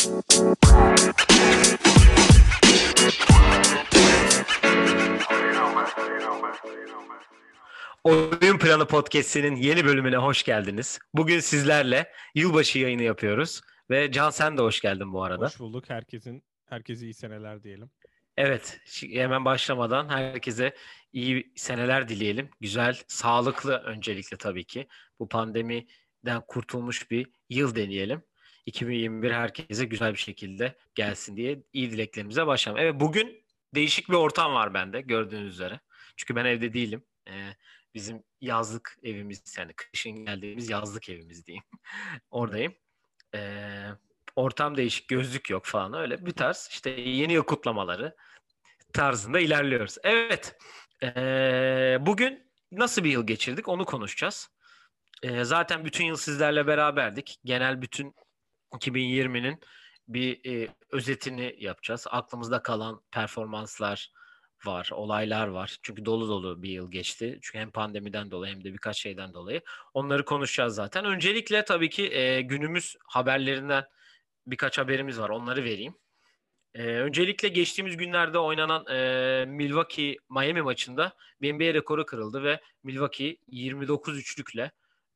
Oyun Planı Podcast'inin yeni bölümüne hoş geldiniz. Bugün sizlerle yılbaşı yayını yapıyoruz ve Can sen de hoş geldin bu arada. Hoş bulduk. Herkese iyi seneler diyelim. Evet, hemen başlamadan herkese iyi seneler dileyelim. Güzel, sağlıklı öncelikle tabii ki. Bu pandemiden kurtulmuş bir yıl deneyelim. 2021 herkese güzel bir şekilde gelsin diye iyi dileklerimize başlayalım. Evet, bugün değişik bir ortam var bende gördüğünüz üzere. Çünkü ben evde değilim. Bizim yazlık evimiz, yani kışın geldiğimiz yazlık evimiz diyeyim. Oradayım. Ee, Ortam değişik, gözlük yok falan, öyle bir tarz işte yeni yıl kutlamaları tarzında ilerliyoruz. Evet, bugün nasıl bir yıl geçirdik onu konuşacağız. Zaten bütün yıl sizlerle beraberdik. Genel bütün 2020'nin bir özetini yapacağız. Aklımızda kalan performanslar var, olaylar var. Çünkü dolu dolu bir yıl geçti. Çünkü hem pandemiden dolayı hem de birkaç şeyden dolayı. Onları konuşacağız zaten. Öncelikle tabii ki günümüz haberlerinden birkaç haberimiz var. Onları vereyim. Öncelikle geçtiğimiz günlerde oynanan Milwaukee-Miami maçında bir NBA rekoru kırıldı ve Milwaukee 29 üçlükle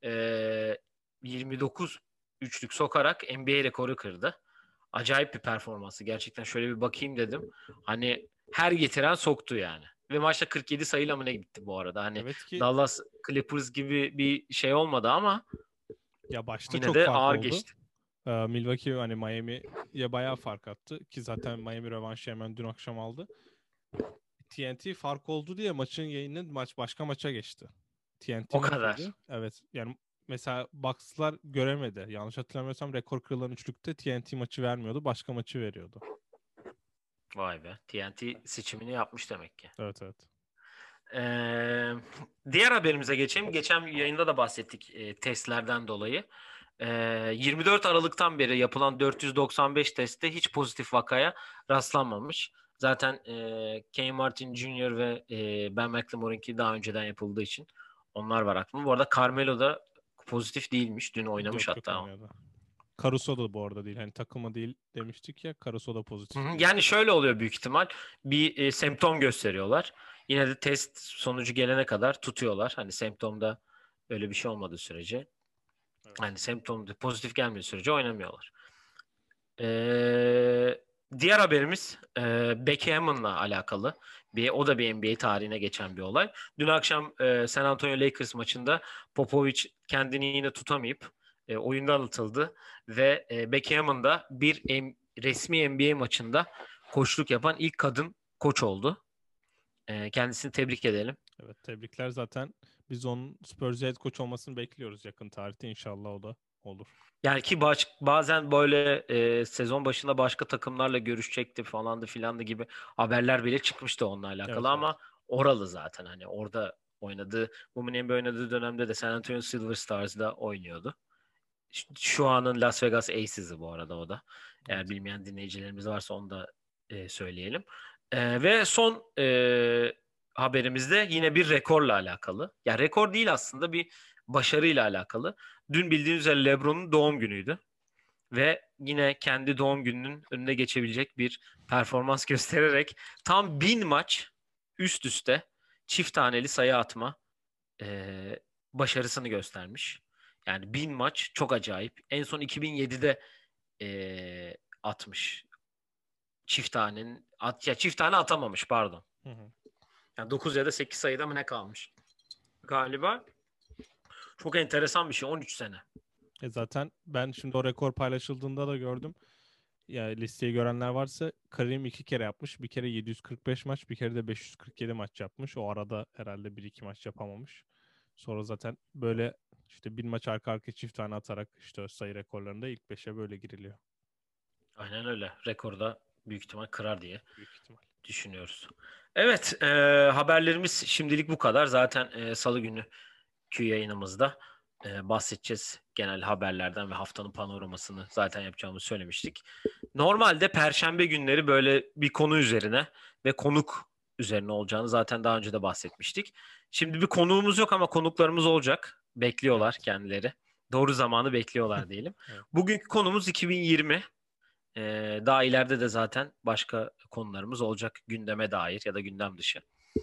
29 üçlük sokarak NBA rekoru kırdı. Acayip bir performansı. Gerçekten şöyle bir bakayım dedim. Hani her getiren soktu yani. Ve maçta 47 sayıyla mı ne gitti bu arada? Hani Evet ki Dallas Clippers gibi bir şey olmadı ama ya başta yine çok de fark ağır oldu. geçti. Milwaukee hani Miami'ye bayağı fark attı ki zaten Miami rövanşı hemen dün akşam aldı. TNT fark oldu diye maçın yayını başka maça geçti. TNT O maçıydı. kadar. Evet yani mesela Bucks'lar göremedi. Yanlış hatırlamıyorsam rekor kırılan üçlükte TNT maçı vermiyordu. Başka maçı veriyordu. Vay be. TNT seçimini yapmış demek ki. Evet evet. Ee, Diğer haberimize geçelim. Geçen yayında da bahsettik testlerden dolayı. 24 Aralık'tan beri yapılan 495 testte hiç pozitif vakaya rastlanmamış. Zaten Kane Martin Jr. ve Ben McLemore'unki daha önceden yapıldığı için onlar var aklımda. Bu arada Carmelo da pozitif değilmiş. Dün oynamış Yok hatta. oynadı. Caruso da bu arada değil. Hani takıma değil demiştik ya. Caruso da pozitif değil. Yani şöyle oluyor büyük ihtimal. Bir semptom gösteriyorlar. Yine de test sonucu gelene kadar tutuyorlar. Hani semptomda öyle bir şey olmadığı sürece. Evet. Hani semptomda pozitif gelmediği sürece oynamıyorlar. Diğer haberimiz Becky Hammon'la alakalı. O da bir NBA tarihine geçen bir olay. Dün akşam San Antonio Lakers maçında Popovich kendini yine tutamayıp oyundan atıldı ve Becky Hammon da resmi NBA maçında koçluk yapan ilk kadın koç oldu. Kendisini tebrik edelim. Evet tebrikler zaten. Biz onun Spurs head coach olmasını bekliyoruz yakın tarihte. İnşallah o da olur. Yani ki bazen böyle sezon başında başka takımlarla görüşecekti falandı filandı gibi haberler bile çıkmıştı onunla alakalı Evet evet. ama oralı zaten, hani orada oynadığı, Women NBA oynadığı dönemde de San Antonio Silver Stars'da oynuyordu. Şu anın Las Vegas Aces'i bu arada o da. Eğer Evet. bilmeyen dinleyicilerimiz varsa onu da söyleyelim. Ve son haberimizde yine bir rekorla alakalı. Ya rekor değil aslında, bir başarıyla alakalı. Dün bildiğiniz üzere LeBron'un doğum günüydü. Ve yine kendi doğum gününün önüne geçebilecek bir performans göstererek tam 1000 maç üst üste çift taneli sayı atma başarısını göstermiş. Yani 1000 maç çok acayip. En son 2007'de atmış. Çift tane atamamış, pardon. Hı hı. Yani 9 ya da 8 sayıda mı ne kalmış galiba. Çok enteresan bir şey. 13 sene. Zaten ben şimdi o rekor paylaşıldığında da gördüm. Ya listeyi görenler varsa Karim 2 kere yapmış. Bir kere 745 maç, bir kere de 547 maç yapmış. O arada herhalde 1-2 maç yapamamış. Sonra zaten böyle işte bir maç arka arkaya çift tane atarak işte sayı rekorlarında ilk 5'e böyle giriliyor. Aynen öyle. Rekorda büyük ihtimal kırar diye Büyük ihtimal. düşünüyoruz. Evet, haberlerimiz şimdilik bu kadar. Zaten Salı günü yayınımızda bahsedeceğiz genel haberlerden ve haftanın panoramasını zaten yapacağımızı söylemiştik. Normalde Perşembe günleri böyle bir konu üzerine ve konuk üzerine olacağını zaten daha önce de bahsetmiştik. Şimdi bir konuğumuz yok ama konuklarımız olacak. Bekliyorlar Evet. kendileri. Doğru zamanı bekliyorlar diyelim. Evet. Bugünkü konumuz 2020. Daha ileride de zaten başka konularımız olacak gündeme dair ya da gündem dışı.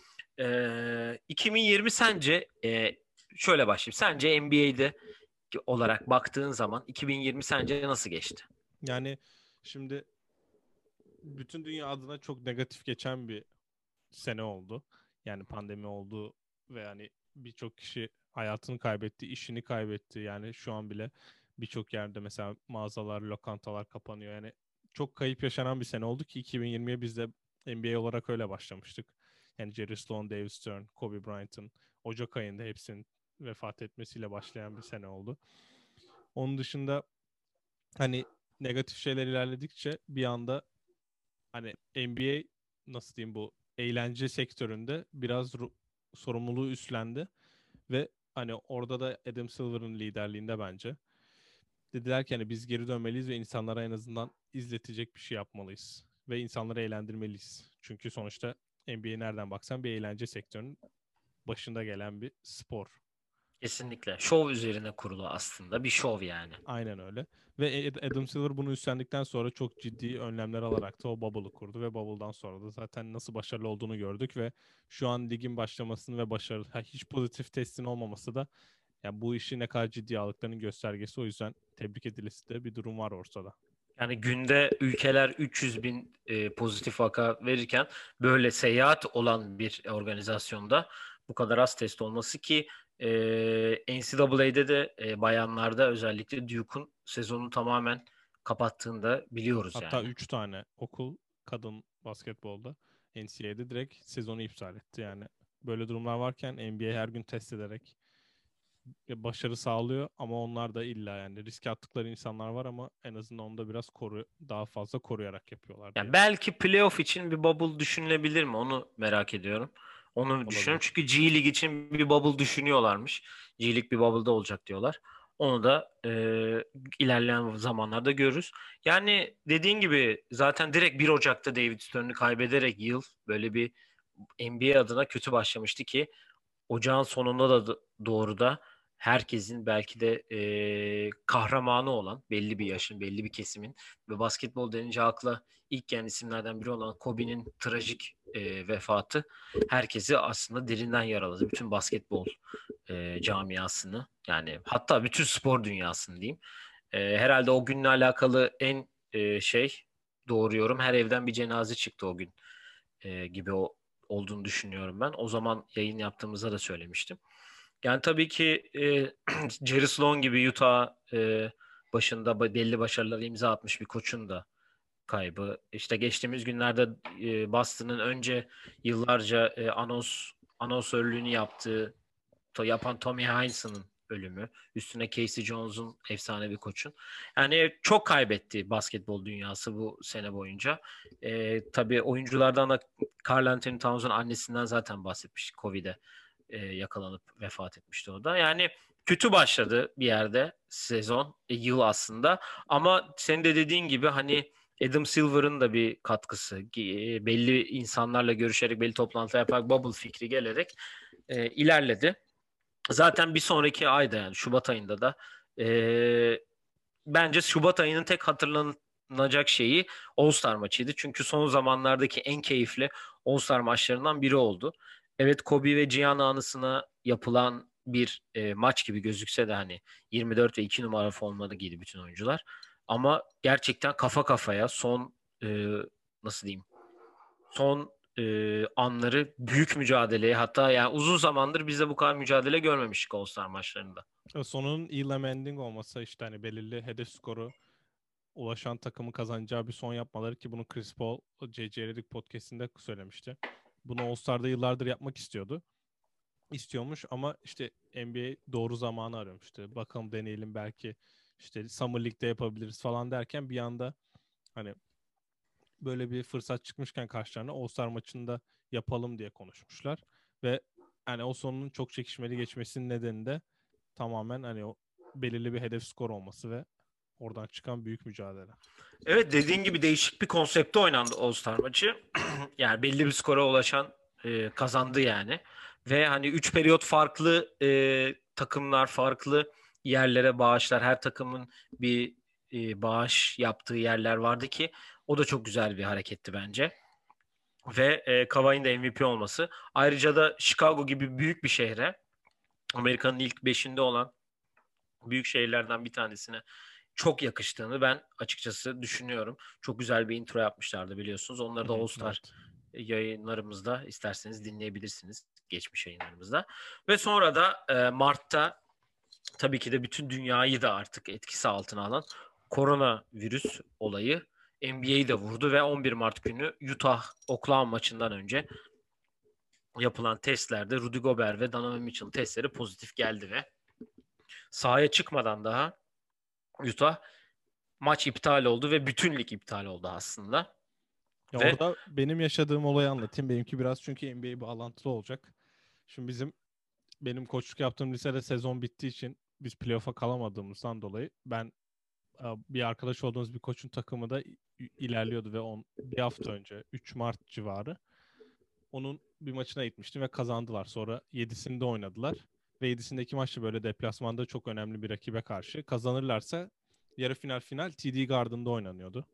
2020 sence şöyle başlayayım. Sence NBA'de olarak baktığın zaman 2020 sence nasıl geçti? Yani şimdi bütün dünya adına çok negatif geçen bir sene oldu. Yani pandemi oldu ve yani birçok kişi hayatını kaybetti, işini kaybetti. Yani şu an bile birçok yerde mesela mağazalar, lokantalar kapanıyor. Yani çok kayıp yaşanan bir sene oldu ki 2020'ye biz de NBA olarak öyle başlamıştık. Yani Jerry Sloan, David Stern, Kobe Bryant'ın Ocak ayında hepsinin vefat etmesiyle başlayan bir sene oldu. Onun dışında hani negatif şeyler ilerledikçe bir anda hani NBA nasıl diyeyim bu eğlence sektöründe biraz sorumluluğu üstlendi ve hani orada da Adam Silver'ın liderliğinde bence dediler ki hani biz geri dönmeliyiz ve insanlara en azından izletecek bir şey yapmalıyız ve insanları eğlendirmeliyiz. Çünkü sonuçta NBA nereden baksan bir eğlence sektörünün başında gelen bir spor. Kesinlikle. Şov üzerine kurulu aslında. Bir şov yani. Aynen öyle. Ve Adam Silver bunu üstlendikten sonra çok ciddi önlemler alarak da o bubble'ı kurdu ve bubble'dan sonra da zaten nasıl başarılı olduğunu gördük ve şu an ligin başlamasını ve başarılı hiç pozitif testin olmaması da yani bu işi ne kadar ciddiye aldıklarının göstergesi. O yüzden tebrik edilesi de bir durum var ortada. Yani günde ülkeler 300 bin pozitif vaka verirken böyle seyahat olan bir organizasyonda bu kadar az test olması ki NCAA'de de bayanlarda özellikle Duke'un sezonu tamamen kapattığını da biliyoruz Hatta yani. 3 tane okul kadın basketbolda NCAA'de direkt sezonu iptal etti. Yani böyle durumlar varken NBA her gün test ederek başarı sağlıyor ama onlar da illa yani riske attıkları insanlar var ama en azından onu da biraz daha fazla koruyarak yapıyorlar Yani diyelim. belki playoff için bir bubble düşünülebilir mi? Onu merak ediyorum. Onu düşünüyorum. Olabilir. Çünkü G League için bir bubble düşünüyorlarmış. G League bir bubble'da olacak diyorlar. Onu da ilerleyen zamanlarda görürüz. Yani dediğin gibi zaten direkt 1 Ocak'ta David Stern'ı kaybederek yıl böyle bir NBA adına kötü başlamıştı ki ocağın sonunda da doğru da herkesin belki de kahramanı olan belli bir yaşın, belli bir kesimin ve basketbol denince akla ilk gelen isimlerden biri olan Kobe'nin trajik vefatı herkesi aslında derinden yaraladı. Bütün basketbol camiasını yani hatta bütün spor dünyasını diyeyim. Herhalde o günle alakalı en doğruyorum. Her evden bir cenaze çıktı o gün gibi olduğunu düşünüyorum ben. O zaman yayın yaptığımızda da söylemiştim. Yani tabii ki Jerry Sloan gibi Utah başında belli başarılar imza atmış bir koçun da kaybı. İşte geçtiğimiz günlerde Boston'ın önce yıllarca anonsörlüğünü yapan Tommy Heinsohn'ın ölümü. Üstüne Casey Jones'un efsane bir koçun. Yani çok kaybetti basketbol dünyası bu sene boyunca. Tabii oyunculardan da Karl Anthony Towns'un annesinden zaten bahsetmiştik. Covid'e yakalanıp vefat etmişti o da. Yani kötü başladı bir yerde sezon, yıl aslında. Ama senin de dediğin gibi hani Adam Silver'ın da bir katkısı, belli insanlarla görüşerek, belli toplantılar yaparak bubble fikri gelerek ilerledi. Zaten bir sonraki ayda yani Şubat ayında da bence Şubat ayının tek hatırlanacak şeyi All-Star maçıydı. Çünkü son zamanlardaki en keyifli All-Star maçlarından biri oldu. Evet Kobe ve Gianna anısına yapılan bir maç gibi gözükse de hani 24 ve 2 numara formaları giydi bütün oyuncular. Ama gerçekten kafa kafaya nasıl diyeyim son anları büyük mücadeleye hatta yani uzun zamandır biz de bu kadar mücadele görmemiştik All-Star maçlarında. Sonunun Elam Ending olmasa işte hani belirli hedef skoru ulaşan takımı kazanacağı bir son yapmaları ki bunu Chris Paul JJ Redick podcast'inde söylemişti. Bunu All-Star'da yıllardır yapmak istiyormuş ama işte NBA doğru zamanı arıyormuştu. Bakalım deneyelim belki işte Summer League'de yapabiliriz falan derken bir anda hani böyle bir fırsat çıkmışken karşılarına All-Star maçında yapalım diye konuşmuşlar. Ve hani o sonunun çok çekişmeli geçmesinin nedeni de tamamen hani o belirli bir hedef skor olması ve oradan çıkan büyük mücadele. Evet dediğin gibi değişik bir konsepte oynandı All-Star maçı. Yani belli bir skora ulaşan kazandı yani. Ve hani 3 periyot farklı takımlar farklı yerlere bağışlar. Her takımın bir bağış yaptığı yerler vardı ki o da çok güzel bir hareketti bence. Ve Kawhi'nin de MVP olması. Ayrıca da Chicago gibi büyük bir şehre, Amerika'nın ilk beşinde olan büyük şehirlerden bir tanesine çok yakıştığını ben açıkçası düşünüyorum. Çok güzel bir intro yapmışlardı biliyorsunuz. Onları da All Star Evet. yayınlarımızda isterseniz dinleyebilirsiniz. Geçmiş yayınlarımızda. Ve sonra da Mart'ta tabii ki de bütün dünyayı da artık etkisi altına alan koronavirüs olayı NBA'yi de vurdu ve 11 Mart günü Utah Oklahoma maçından önce yapılan testlerde Rudy Gobert ve Donovan Mitchell testleri pozitif geldi ve sahaya çıkmadan daha Utah maç iptal oldu ve bütün lig iptal oldu aslında. Ya Ve orada benim yaşadığım olayı anlatayım. Benimki biraz çünkü NBA bağlantılı olacak. Şimdi benim koçluk yaptığım lisede sezon bittiği için biz playoff'a kalamadığımızdan dolayı ben bir arkadaş olduğumuz bir koçun takımı da ilerliyordu ve bir hafta önce 3 Mart civarı onun bir maçına gitmiştim ve kazandılar. Sonra 7'sinde oynadılar ve 7'sindeki maçta böyle deplasmanda çok önemli bir rakibe karşı kazanırlarsa yarı final TD Garden'da oynanıyordu.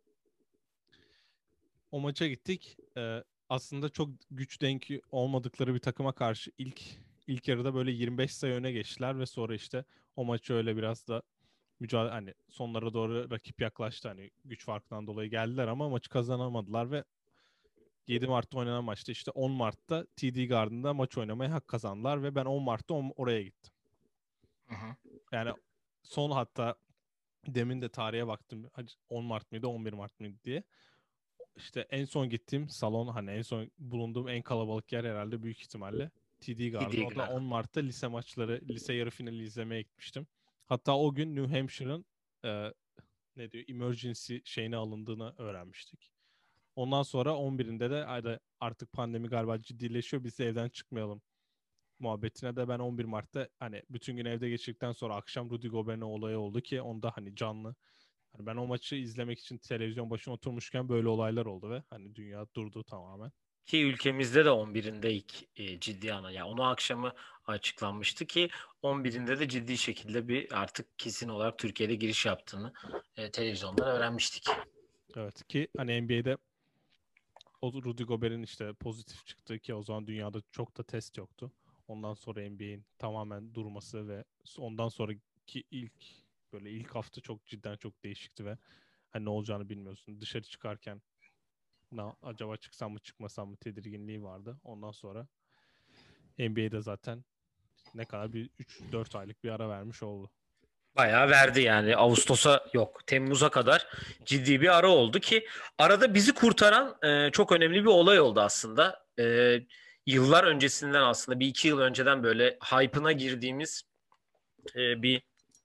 O maça gittik. Aslında çok güç denki olmadıkları bir takıma karşı ilk yarıda böyle 25 sayı öne geçtiler ve sonra işte o maçı öyle biraz da mücadele, hani sonlara doğru rakip yaklaştı, hani güç farkından dolayı geldiler ama maçı kazanamadılar ve 7 Mart'ta oynanan maçta işte 10 Mart'ta TD Garden'da maç oynamaya hak kazandılar ve ben 10 Mart'ta oraya gittim. hı hı. Yani son, hatta demin de tarihe baktım 10 Mart mıydı 11 Mart mıydı diye. İşte en son gittiğim salon, hani en son bulunduğum en kalabalık yer herhalde büyük ihtimalle TD Garden. TD O da 10 Garden. Mart'ta lise yarı finali izlemeye gitmiştim. Hatta o gün New Hampshire'ın ne diyor, emergency şeyine alındığını öğrenmiştik. Ondan sonra 11'inde de artık pandemi galiba ciddileşiyor, biz de evden çıkmayalım muhabbetine de ben 11 Mart'ta hani bütün gün evde geçirdikten sonra akşam Rudy Gobert'in olayı oldu ki onda hani canlı. Hani ben o maçı izlemek için televizyon başına oturmuşken böyle olaylar oldu ve hani dünya durdu tamamen. Ki ülkemizde de 11'inde ilk ciddi ana. Yani onu akşamı açıklanmıştı ki 11'inde de ciddi şekilde bir artık kesin olarak Türkiye'de giriş yaptığını televizyondan öğrenmiştik. Evet ki hani NBA'de o Rudy Gobert'in işte pozitif çıktığı, ki o zaman dünyada çok da test yoktu. Ondan sonra NBA'in tamamen durması ve ondan sonraki ilk hafta çok cidden çok değişikti ve hani ne olacağını bilmiyorsun. Dışarı çıkarken acaba çıksam mı çıkmasam mı tedirginliği vardı. Ondan sonra NBA'de zaten ne kadar bir 3-4 aylık bir ara vermiş oldu. Bayağı verdi yani. Ağustos'a yok, Temmuz'a kadar ciddi bir ara oldu ki arada bizi kurtaran çok önemli bir olay oldu aslında. Yıllar öncesinden, aslında bir iki yıl önceden böyle hype'ına girdiğimiz bir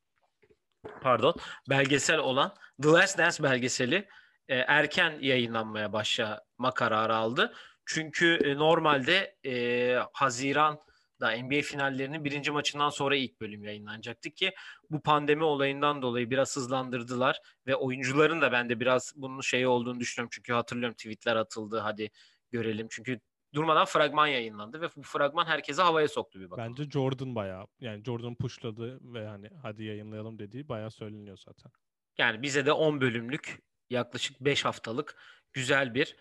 belgesel olan The Last Dance belgeseli erken yayınlanmaya başlama kararı aldı. Çünkü normalde Haziran'da NBA finallerinin birinci maçından sonra ilk bölüm yayınlanacaktı ki bu pandemi olayından dolayı biraz hızlandırdılar ve oyuncuların da ben de biraz bunun şeyi olduğunu düşünüyorum. Çünkü hatırlıyorum, tweetler atıldı, hadi görelim. Çünkü durmadan fragman yayınlandı ve bu fragman herkese havaya soktu bir bakıma. Bence Jordan bayağı, yani Jordan pushladı ve hani hadi yayınlayalım dediği bayağı söyleniyor zaten. Yani bize de 10 bölümlük, yaklaşık 5 haftalık güzel bir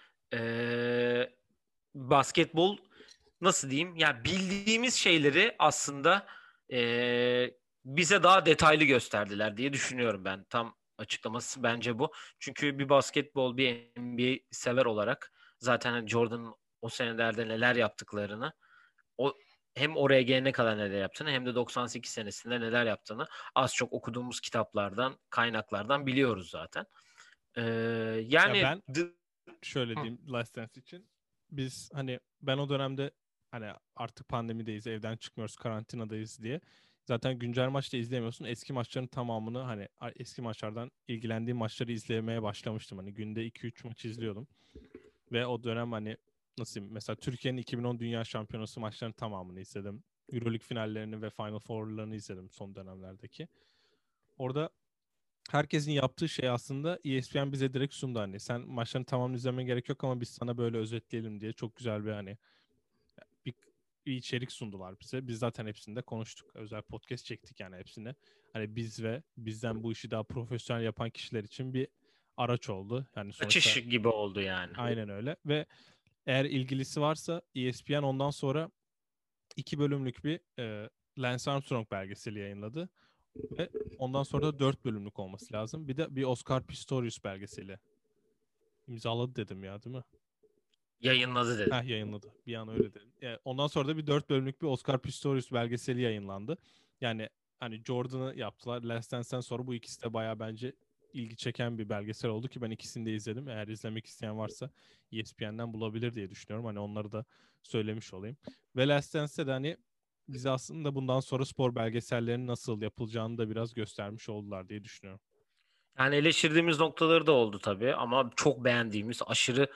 basketbol, nasıl diyeyim ya, bildiğimiz şeyleri aslında bize daha detaylı gösterdiler diye düşünüyorum ben. Tam açıklaması bence bu. Çünkü bir basketbol, bir NBA sever olarak zaten hani Jordan'ın o senelerde neler yaptıklarını, o hem oraya gelene kadar neler yaptığını hem de 98 senesinde neler yaptığını az çok okuduğumuz kitaplardan, kaynaklardan biliyoruz zaten. Ee, Ya yani ben şöyle Hı. diyeyim Last Dance için. Biz hani ben o dönemde hani artık pandemideyiz, evden çıkmıyoruz, karantinadayız diye. Zaten güncel maçta izleyemiyorsun. Eski maçların tamamını, hani eski maçlardan ilgilendiğim maçları izlemeye başlamıştım. Hani günde 2-3 maç izliyordum. Ve o dönem hani nasıl diyeyim, mesela Türkiye'nin 2010 Dünya Şampiyonası maçlarının tamamını izledim. Euroleague finallerini ve Final Four'larını izledim son dönemlerdeki. Orada herkesin yaptığı şey aslında ESPN bize direkt sundu, hani sen maçların tamamını izlemene gerek yok ama biz sana böyle özetleyelim diye çok güzel bir hani bir bir içerik sundular bize. Biz zaten hepsinde konuştuk. Özel podcast çektik yani hepsine. Hani biz ve bizden bu işi daha profesyonel yapan kişiler için bir araç oldu. Yani Açış sonuçta gibi oldu yani. aynen öyle. Ve eğer ilgilisi varsa ESPN ondan sonra 2 bölümlük bir Lance Armstrong belgeseli yayınladı. Ve ondan sonra da 4 bölümlük olması lazım. Bir de bir Oscar Pistorius belgeseli imzaladı dedim ya, değil mi? Yayınladı dedim. Yayınladı. Bir an öyle dedim. Ondan sonra da bir 4 bölümlük bir Oscar Pistorius belgeseli yayınlandı. Yani hani Jordan'ı yaptılar. Last Dance'den sonra bu ikisi de bayağı bence ilgi çeken bir belgesel oldu ki ben ikisini de izledim. Eğer izlemek isteyen varsa ESPN'den bulabilir diye düşünüyorum. Hani onları da söylemiş olayım. Ve Last Dance'de de hani bize aslında bundan sonra spor belgesellerinin nasıl yapılacağını da biraz göstermiş oldular diye düşünüyorum. Yani eleştirdiğimiz noktaları da oldu tabii ama çok beğendiğimiz, aşırı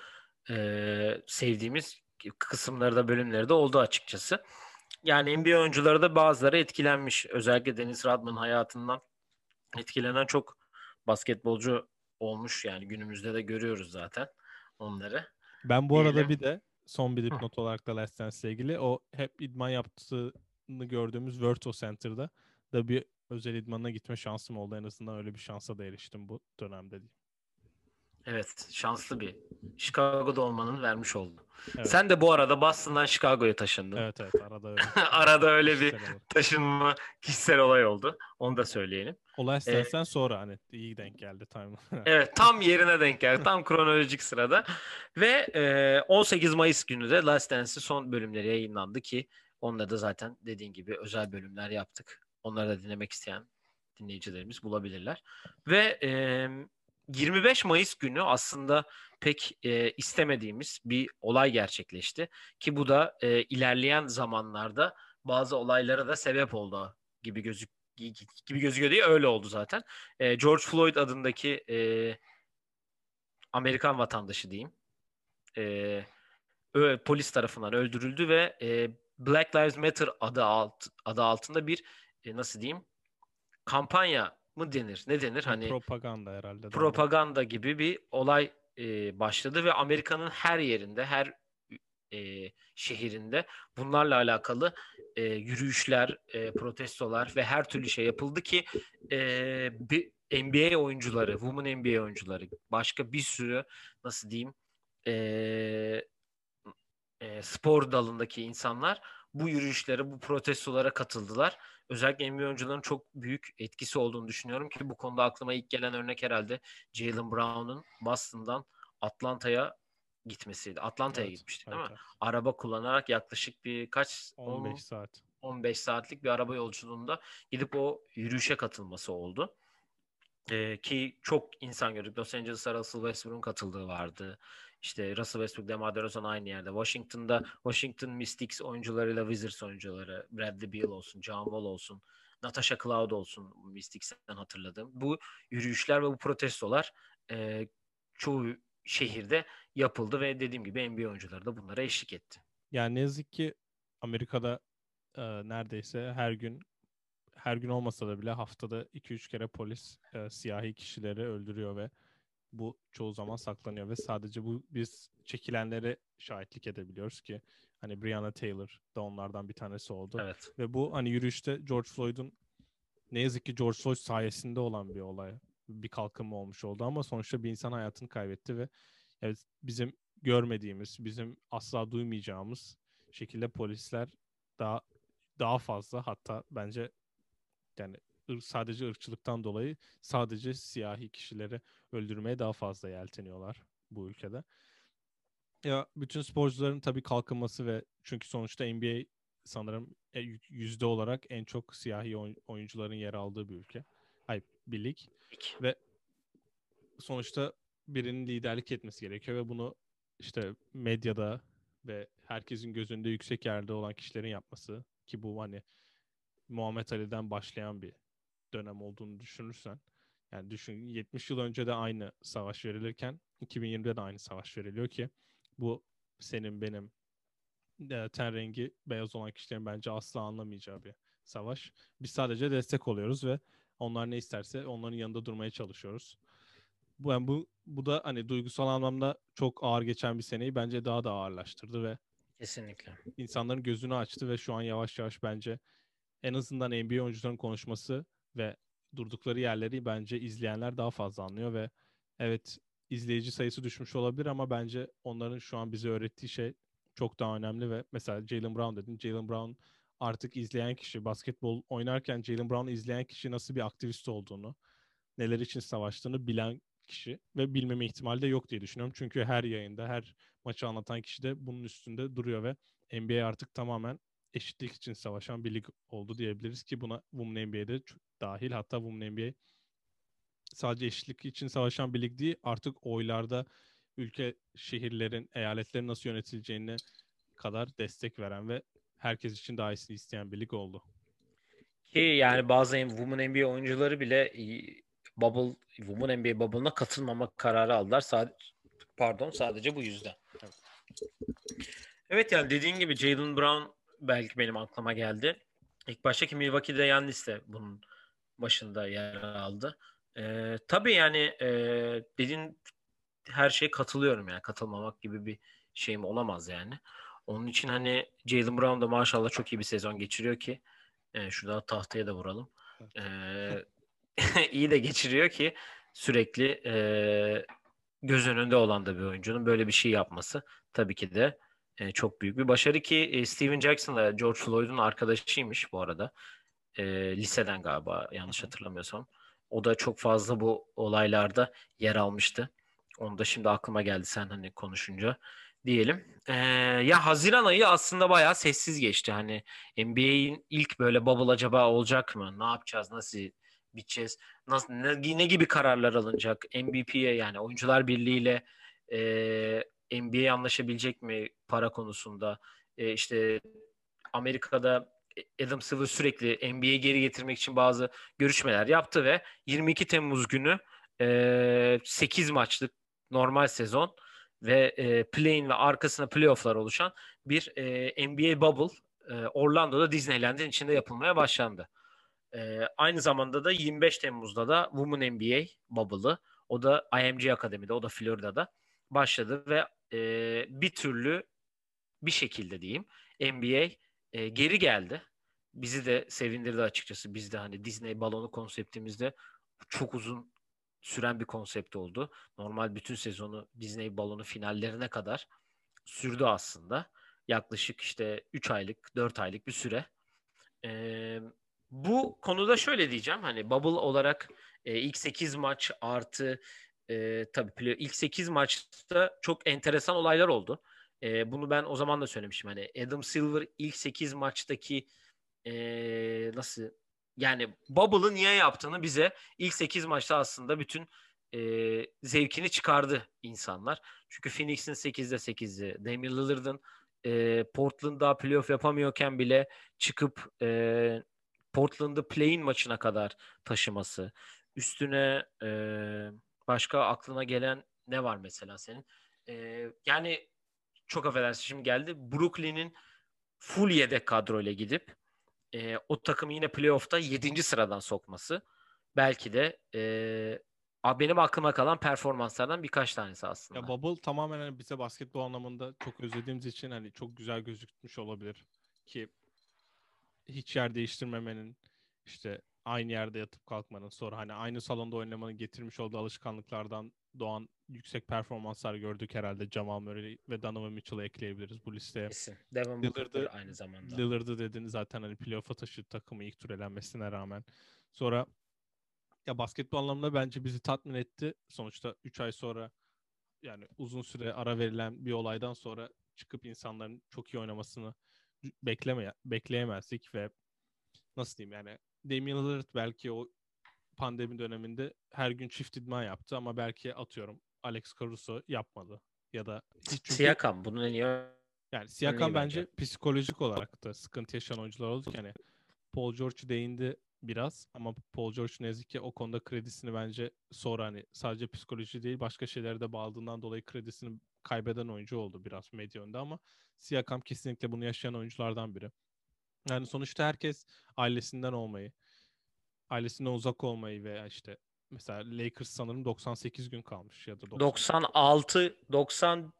sevdiğimiz kısımları da bölümleri de oldu açıkçası. Yani NBA oyuncuları da bazıları etkilenmiş. Özellikle Dennis Rodman hayatından etkilenen çok basketbolcu olmuş. Yani günümüzde de görüyoruz zaten onları. Ben bu arada Diyelim. bir de son bir Hı. dipnot olarak da Last Dance ile ilgili o hep idman yaptığını gördüğümüz Virtu Center'da da bir özel idmanına gitme şansım oldu. En azından öyle bir şansa da eriştim bu dönemde diyeyim. Evet, şanslı bir. Chicago'da olmanın vermiş oldu. Evet. Sen de bu arada Boston'dan Chicago'ya taşındın. Evet evet, arada öyle. Arada öyle bir Kişisel olarak. taşınma kişisel olay oldu. Onu da söyleyelim. O Last Ee, Dance'den sonra hani iyi denk geldi time. evet, tam yerine denk geldi. Tam kronolojik sırada. Ve 18 Mayıs günü de Last Dance'in son bölümleri yayınlandı ki onunla da zaten dediğin gibi özel bölümler yaptık. Onları da dinlemek isteyen dinleyicilerimiz bulabilirler. Ve 25 Mayıs günü aslında pek istemediğimiz bir olay gerçekleşti. Ki bu da ilerleyen zamanlarda bazı olaylara da sebep oldu gibi gözüküyor diye öyle oldu zaten. George Floyd adındaki Amerikan vatandaşı diyeyim. E, Polis tarafından öldürüldü ve Black Lives Matter adı altında bir nasıl diyeyim kampanya mı denir? Ne denir? Hani Propaganda herhalde daha doğru. propaganda gibi bir olay başladı ve Amerika'nın her yerinde, her şehirinde bunlarla alakalı yürüyüşler, protestolar ve her türlü şey yapıldı ki bir NBA oyuncuları, Women NBA oyuncuları, başka bir sürü nasıl diyeyim e, spor dalındaki insanlar bu yürüyüşlere, bu protestolara katıldılar. Özellikle NBA oyuncuların çok büyük etkisi olduğunu düşünüyorum ki bu konuda aklıma ilk gelen örnek herhalde Jaylen Brown'un Boston'dan Atlanta'ya gitmesiydi. Atlanta'ya Evet. gitmişti değil Evet mi? evet. Araba kullanarak yaklaşık bir kaç 15 saat. 15 saatlik bir araba yolculuğunda gidip o yürüyüşe katılması oldu. Ki çok insan gördük. Los Angeles'a Russell Westbrook'un katıldığı vardı. İşte Russell Westbrook, DeMar DeRozan aynı yerde. Washington Mystics oyuncularıyla Wizards oyuncuları, Bradley Beal olsun, John Wall olsun, Natasha Cloud olsun Mystics'ten hatırladığım. Bu yürüyüşler ve bu protestolar çoğu şehirde yapıldı ve dediğim gibi NBA oyuncuları da bunlara eşlik etti. Yani ne yazık ki Amerika'da neredeyse her gün olmasa da bile haftada 2-3 kere polis siyahi kişileri öldürüyor ve bu çoğu zaman saklanıyor ve sadece bu biz çekilenlere şahitlik edebiliyoruz ki hani Breonna Taylor da onlardan bir tanesi oldu. Evet. Ve bu hani yürüyüşte George Floyd'un ne yazık ki George Floyd sayesinde olan bir olay. Bir kalkınma olmuş oldu ama sonuçta bir insan hayatını kaybetti ve evet bizim görmediğimiz, bizim asla duymayacağımız şekilde polisler daha daha fazla, hatta bence yani sadece ırkçılıktan dolayı sadece siyahi kişileri öldürmeye daha fazla yelteniyorlar bu ülkede. Ya bütün sporcuların tabii kalkınması ve çünkü sonuçta NBA sanırım yüzde olarak en çok siyahi oyuncuların yer aldığı bir ülke. Hayır, bir lig. İki. Ve sonuçta birinin liderlik etmesi gerekiyor ve bunu işte medyada ve herkesin gözünde yüksek yerde olan kişilerin yapması ki bu hani Muhammed Ali'den başlayan bir dönem olduğunu düşünürsen yani düşün 70 yıl önce de aynı savaş verilirken 2020'de de aynı savaş veriliyor ki bu senin benim ten rengi beyaz olan kişilerin bence asla anlamayacağı bir savaş. Biz sadece destek oluyoruz ve onlar ne isterse onların yanında durmaya çalışıyoruz. Bu da hani duygusal anlamda çok ağır geçen bir seneyi bence daha da ağırlaştırdı ve Kesinlikle. İnsanların gözünü açtı ve şu an yavaş yavaş bence en azından NBA oyuncuların konuşması ve durdukları yerleri bence izleyenler daha fazla anlıyor ve evet, izleyici sayısı düşmüş olabilir ama bence onların şu an bize öğrettiği şey çok daha önemli ve mesela Jaylen Brown dedin. Jaylen Brown artık izleyen kişi, basketbol oynarken Jaylen Brown'u izleyen kişi nasıl bir aktivist olduğunu, neler için savaştığını bilen kişi ve bilmeme ihtimali de yok diye düşünüyorum. Çünkü her yayında, her maçı anlatan kişi de bunun üstünde duruyor ve NBA artık tamamen eşitlik için savaşan bir lig oldu diyebiliriz ki buna Women NBA'de dahil. Hatta Women NBA sadece eşitlik için savaşan bir lig değil, artık oylarda ülke, şehirlerin, eyaletlerin nasıl yönetileceğine kadar destek veren ve herkes için daha iyisini isteyen bir lig oldu. Ki yani bazı Women NBA oyuncuları bile Women NBA Bubble'ına katılmama kararı aldılar. Sadece bu yüzden. Evet yani dediğin gibi Jaylen Brown belki benim aklıma geldi. İlk baştaki Milwaukee'de Giannis de bunun başında yer aldı. Tabii yani dediğin her şeye katılıyorum yani. Katılmamak gibi bir şeyim olamaz yani. Onun için hani Jaylen Brown da maşallah çok iyi bir sezon geçiriyor ki şurada tahtaya da vuralım. Evet. İyi de geçiriyor ki sürekli göz önünde olan da bir oyuncunun böyle bir şey yapması tabii ki de çok büyük bir başarı ki Steven Jackson da George Floyd'un arkadaşıymış bu arada. Liseden galiba yanlış hatırlamıyorsam. O da çok fazla bu olaylarda yer almıştı. Onu da şimdi aklıma geldi sen hani konuşunca diyelim. Ya Haziran ayı aslında bayağı sessiz geçti. Hani NBA'in ilk böyle bubble acaba olacak mı? Ne yapacağız? Nasıl biteceğiz? Ne gibi kararlar alınacak? MVP'ye yani Oyuncular Birliği ile NBA anlaşabilecek mi para konusunda? İşte Amerika'da Adam Silver sürekli NBA'ye geri getirmek için bazı görüşmeler yaptı ve 22 Temmuz günü 8 maçlık normal sezon ve play-in ve arkasına playoff'lar oluşan bir NBA Bubble Orlando'da Disneyland'in içinde yapılmaya başlandı. Aynı zamanda da 25 Temmuz'da da Women NBA Bubble'ı o da IMG Akademi'de o da Florida'da başladı ve bir türlü bir şekilde diyeyim NBA geri geldi. Bizi de sevindirdi açıkçası. Biz de hani Disney balonu konseptimizde çok uzun süren bir konsept oldu. Normal bütün sezonu Disney balonu finallerine kadar sürdü aslında. Yaklaşık işte 3 aylık, 4 aylık bir süre. Ee, Bu konuda şöyle diyeceğim. Hani bubble olarak ilk 8 maç artı tabii ilk 8 maçta çok enteresan olaylar oldu. Bunu ben o zaman da söylemiştim. Hani Adam Silver ilk 8 maçtaki nasıl yani Bubble'ı niye yaptığını bize ilk 8 maçta aslında bütün zevkini çıkardı insanlar. Çünkü Phoenix'in 8'de 8'i, Damian Lillard'ın Portland'da playoff yapamıyorken bile çıkıp Portland'ı play-in maçına kadar taşıması. Üstüne başka aklına gelen ne var mesela senin? Yani çok affedersin şimdi geldi. Brooklyn'in full yedek kadroyla gidip o takımı yine playoff'ta 7. sıradan sokması belki de benim aklıma kalan performanslardan birkaç tanesi Ya aslında. Bubble tamamen hani bize basketbol anlamında çok özlediğimiz için hani çok güzel gözükmüş olabilir ki hiç yer değiştirmemenin, işte aynı yerde yatıp kalkmanın, sonra hani aynı salonda oynamanın getirmiş olduğu alışkanlıklardan doğan yüksek performanslar gördük herhalde. Jamal Murray ve Donovan Mitchell'ı ekleyebiliriz bu listeye. Kesin. Devin Booker Lillard'ı aynı zamanda. Lillard'ı dedin zaten, hani playoff'a taşıdı takımı ilk tur elenmesine rağmen. Sonra ya basketbol anlamında bence bizi tatmin etti. Sonuçta 3 ay sonra, yani uzun süre ara verilen bir olaydan sonra çıkıp insanların çok iyi oynamasını bekleyemezdik ve nasıl diyeyim, yani Damian Lillard belki o pandemi döneminde her gün çift idman yaptı ama belki atıyorum Alex Caruso yapmadı ya da hiç, çünkü Siakam bunun en iyi yani örneği Siakam bence. bence psikolojik olarak da sıkıntı yaşayan oyuncular oldu ki hani Paul George değindi biraz ama Paul George ne yazık ki o konuda kredisini bence sonra hani sadece psikoloji değil başka şeylere de bağladığından dolayı kredisini kaybeden oyuncu oldu biraz medya önünde ama Siakam kesinlikle bunu yaşayan oyunculardan biri. Yani sonuçta herkes ailesinden olmayı, ailesinden uzak olmayı veya işte mesela Lakers sanırım 98 gün kalmış ya da 90. 96 90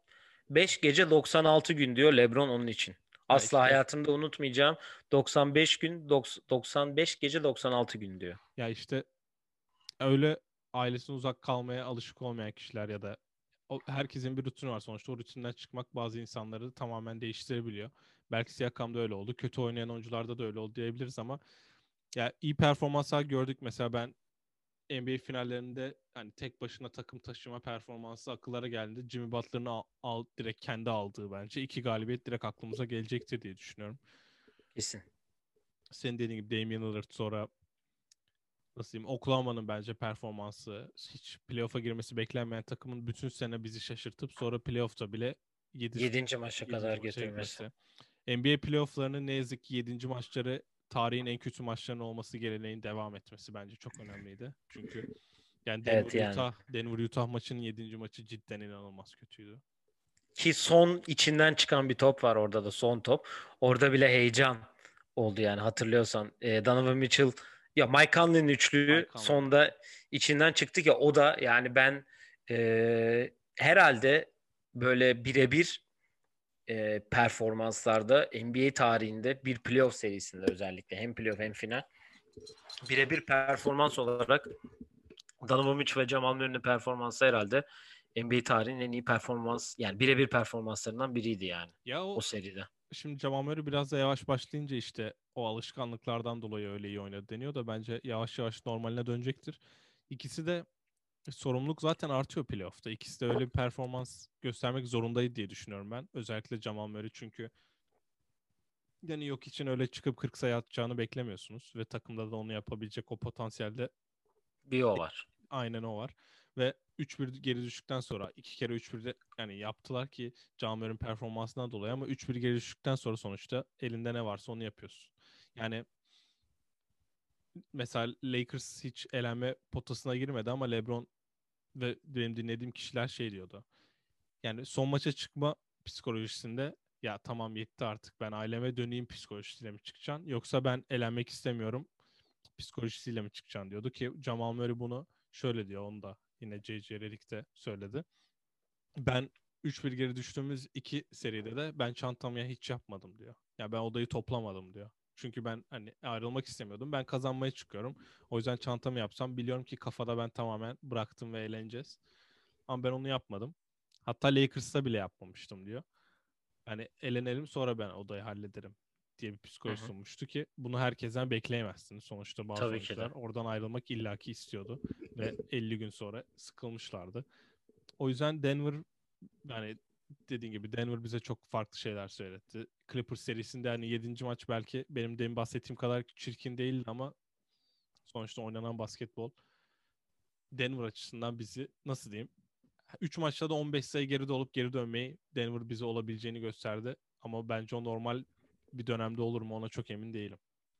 5 gece 96 gün diyor LeBron onun için. Ya Asla işte hayatımda unutmayacağım. 95 gün, 95 gece 96 gün diyor. ya işte öyle ailesine uzak kalmaya alışık olmayan kişiler ya da herkesin bir rutini var sonuçta. O rutinden çıkmak bazı insanları tamamen değiştirebiliyor. Belki Siakam'da öyle oldu. Kötü oynayan oyuncularda da öyle oldu diyebiliriz ama ya iyi performanslar gördük. Mesela ben NBA finallerinde hani tek başına takım taşıma performansı akıllara geldi. Jimmy Butler'ın direkt kendi aldığı bence. 2 galibiyet direkt aklımıza gelecektir diye düşünüyorum. Kesin. Senin dediğin gibi Damian Lillard, sonra nasıl diyeyim, Oklahoma'nın bence performansı, hiç playoff'a girmesi beklenmeyen takımın bütün sene bizi şaşırtıp sonra playoff'ta bile 7. maça kadar 7. maça getirmesi. gitmesi. NBA playoff'larının ne yazık ki 7. maçları tarihin en kötü maçlarının olması geleneğin devam etmesi bence çok önemliydi. Çünkü yani Evet yani. Denver Utah maçının 7. maçı cidden inanılmaz kötüydü. Ki son içinden çıkan bir top var orada da, son top. Orada bile heyecan oldu yani, hatırlıyorsan. Donovan Mitchell ya Mike Conley'nin Mike üçlüğü Conley. sonda içinden çıktı ki o da yani ben herhalde böyle birebir performanslarda NBA tarihinde bir playoff serisinde, özellikle hem playoff hem final, birebir performans olarak Donovan Mitchell ve Jamal Murray'nin performansı herhalde NBA tarihinin en iyi performans, yani birebir performanslarından biriydi yani Ya o o seride. şimdi Jamal Murray biraz da yavaş başlayınca işte o alışkanlıklardan dolayı öyle iyi oynadı deniyor da bence yavaş yavaş normaline dönecektir. İkisi de sorumluluk zaten artıyor playoff'ta. İkisi de öyle bir performans göstermek zorundaydı diye düşünüyorum ben. Özellikle Jamal Murray, çünkü yani yok için öyle çıkıp 40 sayı atacağını beklemiyorsunuz ve takımda da onu yapabilecek o potansiyelde Bir o var. aynen o var. Ve 3-1 geri düştükten sonra 2 kere 3-1 de yani yaptılar ki Jamal Murray'in performansından dolayı, ama 3-1 geri düştükten sonra sonuçta elinde ne varsa onu yapıyorsun. Yani mesela Lakers hiç elenme potasına girmedi ama LeBron ve benim dinlediğim kişiler şey diyordu. Yani son maça çıkma psikolojisinde ya tamam yetti artık, ben aileme döneyim psikolojisiyle mi çıkacaksın, yoksa ben elenmek istemiyorum psikolojisiyle mi çıkacaksın diyordu ki Jamal Murray bunu şöyle diyor, onu da yine J.J. Redick de söyledi. Ben 3-1 geri düştüğümüz 2 seride de ben çantamı ya hiç yapmadım diyor. Ya ben odayı toplamadım diyor. Çünkü ben hani ayrılmak istemiyordum. Ben kazanmaya çıkıyorum. O yüzden çantamı yapsam biliyorum ki kafada ben tamamen bıraktım ve eğleneceğiz. Ama ben onu yapmadım. Hatta Lakers'ta bile yapmamıştım diyor. Hani elenelim sonra ben odayı hallederim diye bir Hı psikoloji hı. sunmuştu ki bunu herkesten bekleyemezsiniz. Sonuçta bazı Tabii ki de. oyuncular oradan ayrılmak illaki istiyordu ve 50 gün sonra sıkılmışlardı. O yüzden Denver, yani dediğin gibi Denver bize çok farklı şeyler söyletti. Clippers serisinde hani 7. maç belki benim demin bahsettiğim kadar çirkin değildi ama sonuçta oynanan basketbol Denver açısından bizi nasıl diyeyim, 3 maçta da 15 sayı geride olup geri dönmeyi Denver bize olabileceğini gösterdi. Ama bence o normal bir dönemde olur mu ona çok emin değilim.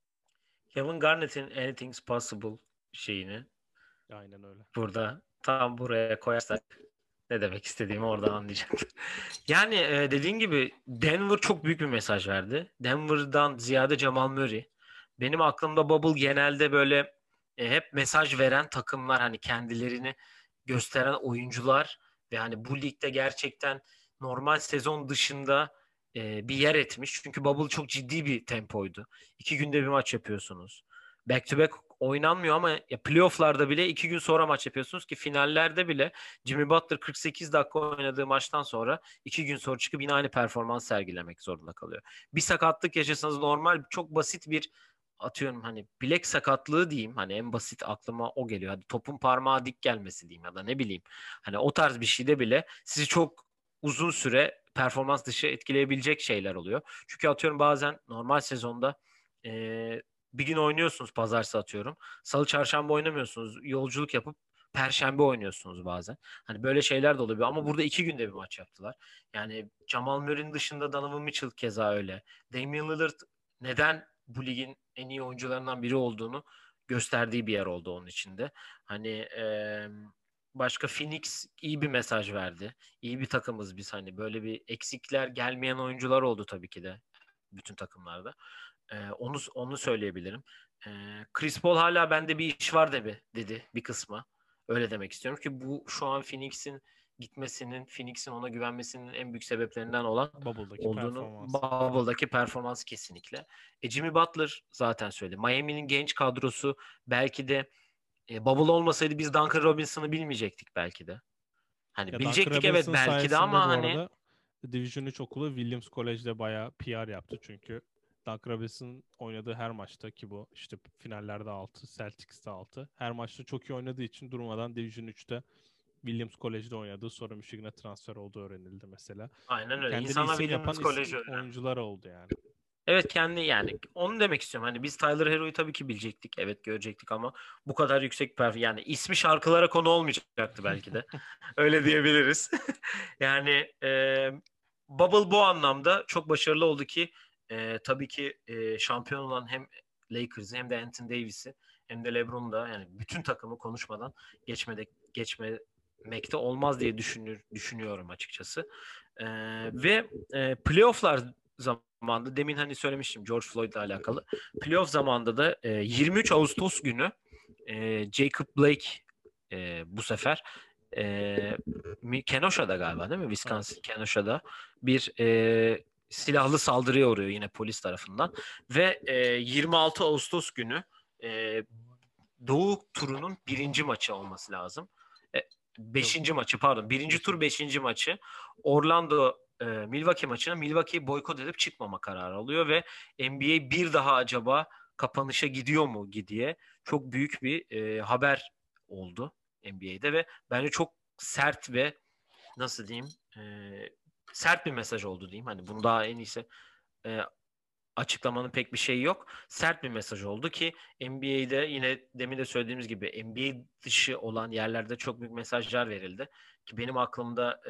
Kevin Garnett'in Anything's Possible şeyini Aynen öyle. burada tam buraya koyarsak ne demek istediğimi oradan anlayacaktır. Yani dediğin gibi Denver çok büyük bir mesaj verdi. Denver'dan ziyade Jamal Murray. Benim aklımda Bubble genelde böyle hep mesaj veren takımlar, hani kendilerini gösteren oyuncular ve hani bu ligde gerçekten normal sezon dışında bir yer etmiş. Çünkü Bubble çok ciddi bir tempoydu. 2 günde bir maç yapıyorsunuz. Back to back oynanmıyor ama ya playoff'larda bile 2 gün sonra maç yapıyorsunuz ki finallerde bile Jimmy Butler 48 dakika oynadığı maçtan sonra 2 gün sonra çıkıp yine aynı performans sergilemek zorunda kalıyor. Bir sakatlık yaşasanız normal, çok basit bir, atıyorum hani bilek sakatlığı diyeyim, hani en basit aklıma o geliyor. Hadi topun parmağı dik gelmesi diyeyim ya da ne bileyim. Hani o tarz bir şeyde bile sizi çok uzun süre performans dışı etkileyebilecek şeyler oluyor. Çünkü atıyorum bazen normal sezonda bir gün oynuyorsunuz, pazartesi atıyorum. Salı çarşamba oynamıyorsunuz. Yolculuk yapıp Perşembe oynuyorsunuz bazen. Hani böyle şeyler de oluyor. Ama burada 2 günde bir maç yaptılar. Yani Jamal Murray'nin dışında Donovan Mitchell keza öyle. Damian Lillard neden bu ligin en iyi oyuncularından biri olduğunu gösterdiği bir yer oldu onun içinde. Hani başka Phoenix iyi bir mesaj verdi. İyi bir takımız biz, hani böyle bir eksikler gelmeyen oyuncular oldu tabii ki de bütün takımlarda. Onu söyleyebilirim. Chris Paul hala bende bir iş var dedi bir kısma. Öyle demek istiyorum ki bu şu an Phoenix'in gitmesinin, Phoenix'in ona güvenmesinin en büyük sebeplerinden olan Bubble'daki olduğunu, performansı. Bubble'daki performans kesinlikle. Jimmy Butler zaten söyledi. Miami'nin genç kadrosu belki de Bubble olmasaydı biz Duncan Robinson'ı bilmeyecektik belki de. Hani Ya Duncan bilecektik evet Robinson belki de ama sayesinde bu hani arada Division 3 okulu Williams College'de bayağı PR yaptı çünkü Duncan Robinson oynadığı her maçta ki bu işte finallerde 6, Celtics'te 6. Her maçta çok iyi oynadığı için durmadan Division 3'te Williams College'de oynadığı, sonra Michigan'a transfer olduğu öğrenildi mesela. aynen öyle. Kendine İnsanlar isim Williams yapan Koleji oyuncular oldu yani. evet kendi yani onu demek istiyorum. Hani biz Tyler Herro'yu tabii ki bilecektik. Evet görecektik ama bu kadar yüksek yani ismi şarkılara konu olmayacaktı belki de. Öyle diyebiliriz. Yani Bubble bu anlamda çok başarılı oldu ki tabii ki şampiyon olan hem Lakers'ı hem de Anthony Davis'i hem de LeBron'u da yani bütün takımı konuşmadan geçmemekte olmaz diye düşünüyorum açıkçası. Ve playoff'lar zamanında demin hani söylemiştim George Floyd'la alakalı. Playoff zamanında da 23 Ağustos günü Jacob Blake bu sefer Kenosa'da galiba değil mi? Wisconsin Evet. Kenosa'da bir silahlı saldırıya uğruyor yine polis tarafından ve 26 Ağustos günü e, Doğu turunun birinci maçı olması lazım. E, Yok. Beşinci maçı pardon. Birinci tur 5. beşinci maçı. Orlando Milwaukee maçına Milwaukee'yi boykot edip çıkmama kararı alıyor ve NBA bir daha acaba kapanışa gidiyor mu diye çok büyük bir haber oldu NBA'de ve bence çok sert ve nasıl diyeyim sert bir mesaj oldu diyeyim. Hani bunu daha en iyisi e, açıklamanın pek bir şeyi yok. Sert bir mesaj oldu ki NBA'de yine demin de söylediğimiz gibi NBA dışı olan yerlerde çok büyük mesajlar verildi. Ki benim aklımda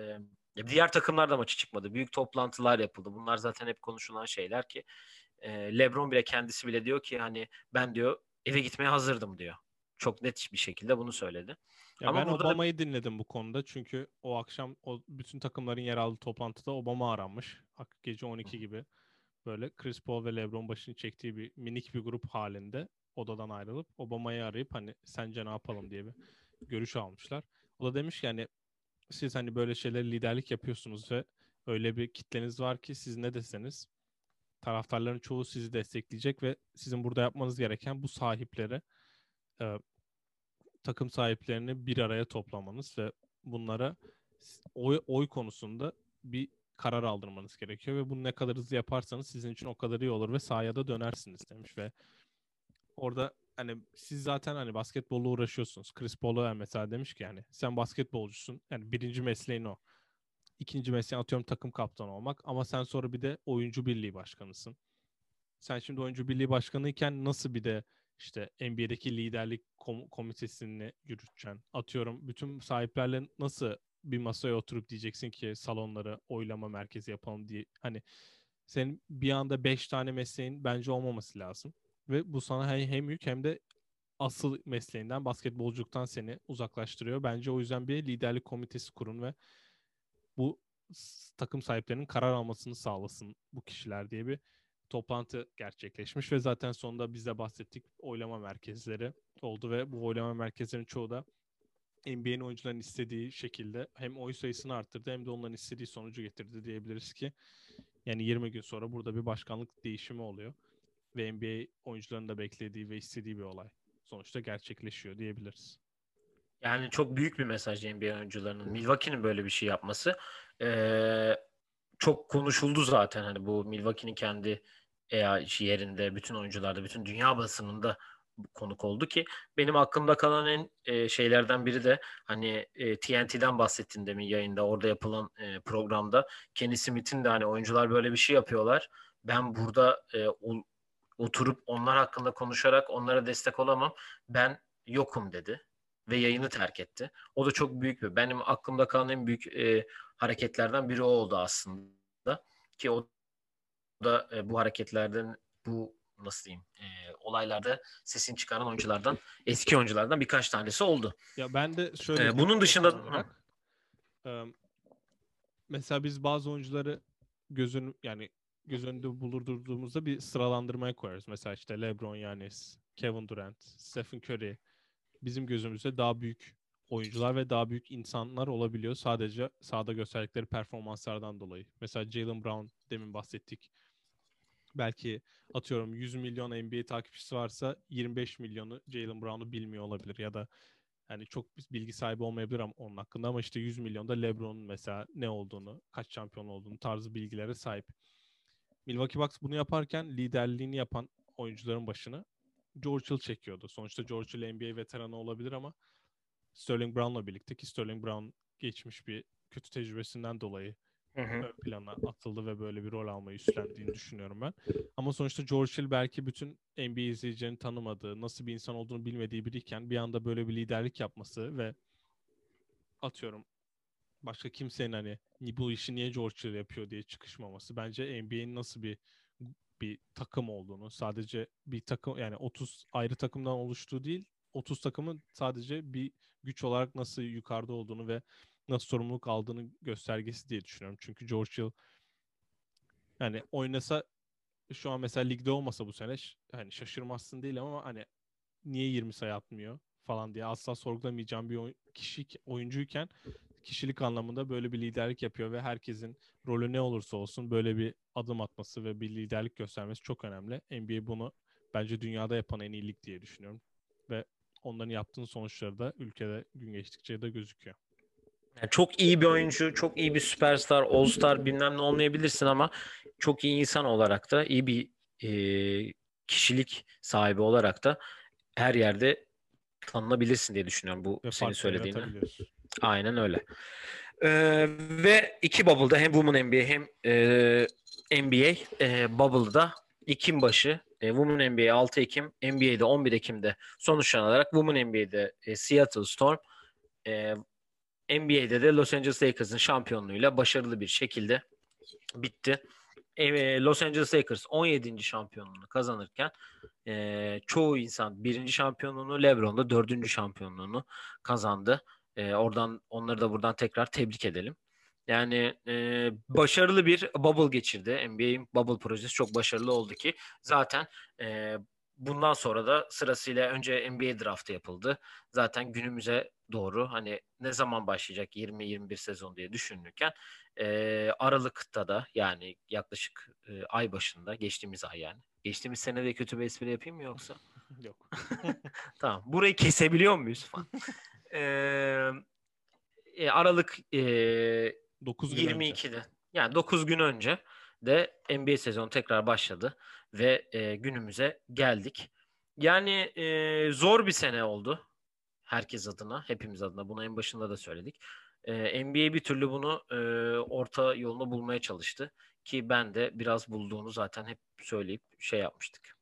diğer takımlar da maçı çıkmadı. Büyük toplantılar yapıldı. Bunlar zaten hep konuşulan şeyler ki LeBron bile kendisi bile diyor ki hani ben diyor eve gitmeye hazırdım diyor. Çok net bir şekilde bunu söyledi. Ya Ama ben burada da Obama'yı dinledim bu konuda çünkü o akşam o bütün takımların yer aldığı toplantıda Obama aranmış. Gece 12 gibi böyle Chris Paul ve LeBron başını çektiği bir minik bir grup halinde odadan ayrılıp Obama'yı arayıp hani sence ne yapalım diye bir görüş almışlar. O da demiş ki hani siz hani böyle şeyleri liderlik yapıyorsunuz ve öyle bir kitleniz var ki siz ne deseniz taraftarların çoğu sizi destekleyecek ve sizin burada yapmanız gereken bu sahipleri e, takım sahiplerini bir araya toplamanız ve bunlara oy konusunda bir karar aldırmanız gerekiyor ve bunu ne kadar hızlı yaparsanız sizin için o kadar iyi olur ve sahaya da dönersiniz demiş ve orada hani siz zaten hani basketbolla uğraşıyorsunuz. Chris Paul'a mesela demiş ki yani sen basketbolcusun. Yani birinci mesleğin o. İkinci mesleğin atıyorum takım kaptanı olmak ama sen sonra bir de oyuncu birliği başkanısın. Sen şimdi oyuncu birliği başkanıyken nasıl bir de işte NBA'deki liderlik komitesini yürüteceksin? Atıyorum bütün sahiplerle nasıl bir masaya oturup diyeceksin ki salonları oylama merkezi yapalım diye. Hani senin bir anda 5 tane mesleğin bence olmaması lazım. Ve bu sana hem yük hem de asıl mesleğinden basketbolculuktan seni uzaklaştırıyor. Bence o yüzden bir liderlik komitesi kurun ve bu takım sahiplerinin karar almasını sağlasın bu kişiler diye bir toplantı gerçekleşmiş ve zaten sonunda biz de bahsettik oylama merkezleri oldu ve bu oylama merkezlerinin çoğu da NBA'nin oyuncuların istediği şekilde hem oy sayısını arttırdı hem de onların istediği sonucu getirdi diyebiliriz ki yani 20 gün sonra burada bir başkanlık değişimi oluyor ve NBA oyuncuların da beklediği ve istediği bir olay sonuçta gerçekleşiyor diyebiliriz. yani çok büyük bir mesaj NBA oyuncularının. Milwaukee'nin böyle bir şey yapması. Çok konuşuldu zaten hani bu Milwaukee'nin kendi yerinde, bütün oyuncularda, bütün dünya basınında konuk oldu ki benim aklımda kalan en şeylerden biri de hani TNT'den bahsettin demin yayında orada yapılan programda Kenny Smith'in de hani oyuncular böyle bir şey yapıyorlar. Ben burada oturup onlar hakkında konuşarak onlara destek olamam. Ben yokum dedi ve yayını terk etti. O da çok büyük bir benim aklımda kalan en büyük hareketlerden biri o oldu aslında. Ki o da bu hareketlerden bu nasıl diyeyim olaylarda sesini çıkaran oyunculardan eski oyunculardan birkaç tanesi oldu. Ya ben de şöyle diyeyim Bunun dışında son olarak. Mesela biz bazı oyuncuları yani göz önünde bulundurduğumuzda bir sıralandırmaya koyarız. Mesela işte LeBron, Giannis, Kevin Durant, Stephen Curry bizim gözümüzde daha büyük oyuncular ve daha büyük insanlar olabiliyor sadece sahada gösterdikleri performanslardan dolayı. Mesela Jaylen Brown demin bahsettik. Belki atıyorum 100 milyon NBA takipçisi varsa 25 milyonu Jaylen Brown'u bilmiyor olabilir ya da yani çok bilgi sahibi olmayabilir ama onun hakkında, ama işte 100 milyonda LeBron'un mesela ne olduğunu, kaç şampiyon olduğunu tarzı bilgilere sahip. Milwaukee Bucks bunu yaparken liderliğini yapan oyuncuların başını George Hill çekiyordu. Sonuçta George Hill NBA veteranı olabilir ama Sterling Brown'la birlikte, ki Sterling Brown geçmiş bir kötü tecrübesinden dolayı Hı hı. ön plana atıldı ve böyle bir rol almayı üstlendiğini düşünüyorum ben. Ama sonuçta George Hill belki bütün NBA izleyicilerini tanımadığı, nasıl bir insan olduğunu bilmediği biriyken bir anda böyle bir liderlik yapması ve atıyorum başka kimsenin hani bu işi niye George Hill yapıyor diye çıkışmaması bence NBA'nin nasıl bir takım olduğunu, sadece bir takım yani 30 ayrı takımdan oluştuğu değil, 30 takımın sadece bir güç olarak nasıl yukarıda olduğunu ve nasıl sorumluluk aldığını göstergesi diye düşünüyorum. Çünkü George Hill yani oynasa şu an mesela ligde olmasa bu sene hani şaşırmazsın değil ama hani niye 20 sayı atmıyor falan diye asla sorgulamayacağım bir oyuncuyken kişilik anlamında böyle bir liderlik yapıyor ve herkesin rolü ne olursa olsun böyle bir adım atması ve bir liderlik göstermesi çok önemli. NBA bunu bence dünyada yapan en iyi lig diye düşünüyorum. Ve onların yaptığın sonuçları da ülkede gün geçtikçe de gözüküyor. Yani çok iyi bir oyuncu, çok iyi bir süperstar, all-star bilmem ne olmayabilirsin ama çok iyi insan olarak da iyi bir kişilik sahibi olarak da her yerde tanınabilirsin diye düşünüyorum bu Ve senin fark da söylediğini. yaratabilir. Aynen öyle. Ve iki bubble'da hem Women NBA hem NBA bubble'da Ekim başı Women NBA 6 Ekim, NBA'de 11 Ekim'de sonuçlanarak Women NBA'de Seattle Storm, NBA'de de Los Angeles Lakers'ın şampiyonluğuyla başarılı bir şekilde bitti. Los Angeles Lakers 17. şampiyonluğunu kazanırken çoğu insan birinci şampiyonluğunu, LeBron da 4. şampiyonluğunu kazandı. Oradan onları da buradan tekrar tebrik edelim. Yani başarılı bir bubble geçirdi. NBA'in bubble projesi çok başarılı oldu ki zaten bundan sonra da sırasıyla önce NBA draftı yapıldı. Zaten günümüze doğru hani ne zaman başlayacak 20-21 sezon diye düşünürken Aralık'ta da yani yaklaşık ay başında geçtiğimiz ay yani. Geçtiğimiz sene de kötü bir espri yapayım mı yoksa? Yok. Tamam. Burayı kesebiliyor muyuz falan? Aralık 9 gün önce. 22'de yani 9 gün önce de NBA sezonu tekrar başladı ve günümüze geldik. Yani zor bir sene oldu herkes adına, hepimiz adına. Bunu en başında da söyledik. NBA bir türlü bunu orta yolunu bulmaya çalıştı ki ben de biraz bulduğunu zaten hep söyleyip şey yapmıştık.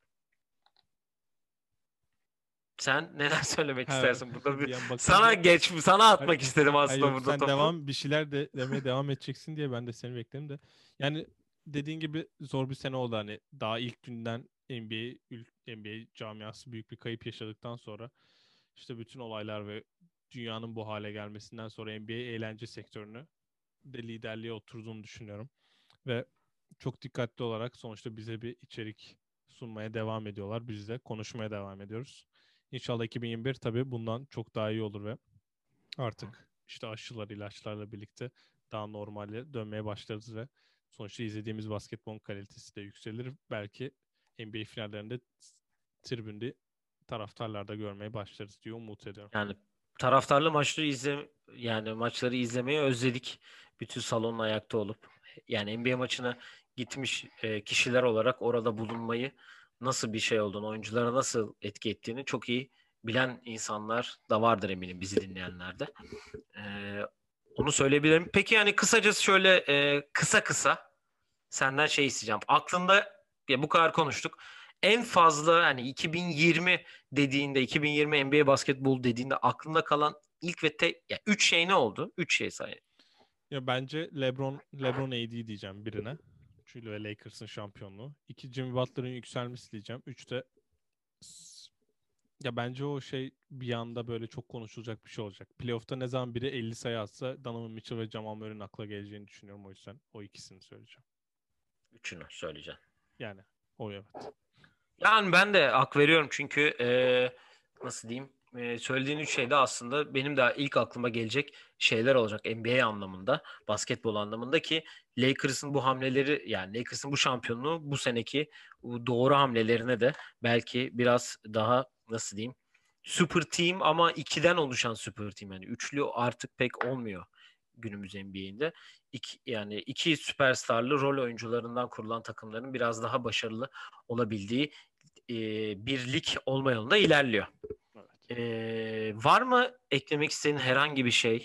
Sen neler söylemek Ha, istersin burada bir bir an sana bakınca sana hayır, atmak istedim hayır aslında yok, burada sen topu. devam bir şeyler de demeye devam edeceksin diye ben de seni bekledim de. Yani dediğin gibi zor bir sene oldu, hani daha ilk günden NBA camiası büyük bir kayıp yaşadıktan sonra işte bütün olaylar ve dünyanın bu hale gelmesinden sonra NBA eğlence sektörünü de liderliğe oturduğunu düşünüyorum. Ve çok dikkatli olarak sonuçta bize bir içerik sunmaya devam ediyorlar. Biz de konuşmaya devam ediyoruz. İnşallah 2021 tabii bundan çok daha iyi olur ve artık işte aşılar, ilaçlarla birlikte daha normale dönmeye başlarız ve sonuçta izlediğimiz basketbol kalitesi de yükselir. Belki NBA finallerinde tribünde taraftarlarda görmeye başlarız diye umut ediyorum. Yani taraftarlı maçları yani maçları izlemeyi özledik. Bütün salonun ayakta olup yani NBA maçına gitmiş kişiler olarak orada bulunmayı nasıl bir şey olduğunu, oyunculara nasıl etki ettiğini çok iyi bilen insanlar da vardır eminim bizi dinleyenlerde. E, Onu söyleyebilirim. Peki yani kısacası şöyle kısa kısa senden şey isteyeceğim. Aklında ya bu kadar konuştuk. En fazla yani 2020 dediğinde 2020 NBA basketbol dediğinde aklında kalan ilk ve tek ya üç şey ne oldu? Üç şey say. Ya bence LeBron AD diyeceğim birine. Çünkü ve Lakers'ın şampiyonluğu. İki, Jimmy Butler'ın yükselmesi diyeceğim. Üç de ya bence o şey bir anda böyle çok konuşulacak bir şey olacak. Playoff'ta ne zaman biri 50 sayı atsa Donovan Mitchell ve Jamal Murray'nin akla geleceğini düşünüyorum, o yüzden o ikisini söyleyeceğim. Üçünü söyleyeceğim. Yani o evet. Yani ben de hak veriyorum çünkü nasıl diyeyim? söylediğin üç şey de aslında benim de ilk aklıma gelecek şeyler olacak NBA anlamında, basketbol anlamında ki Lakers'ın bu hamleleri yani Lakers'ın bu şampiyonluğu bu seneki bu doğru hamlelerine de belki biraz daha nasıl diyeyim super team ama ikiden oluşan super team yani üçlü artık pek olmuyor günümüz NBA'inde. Yani iki süperstarlı rol oyuncularından kurulan takımların biraz daha başarılı olabildiği bir lig olma yolunda ilerliyor. Evet. Var mı eklemek istediğin herhangi bir şey?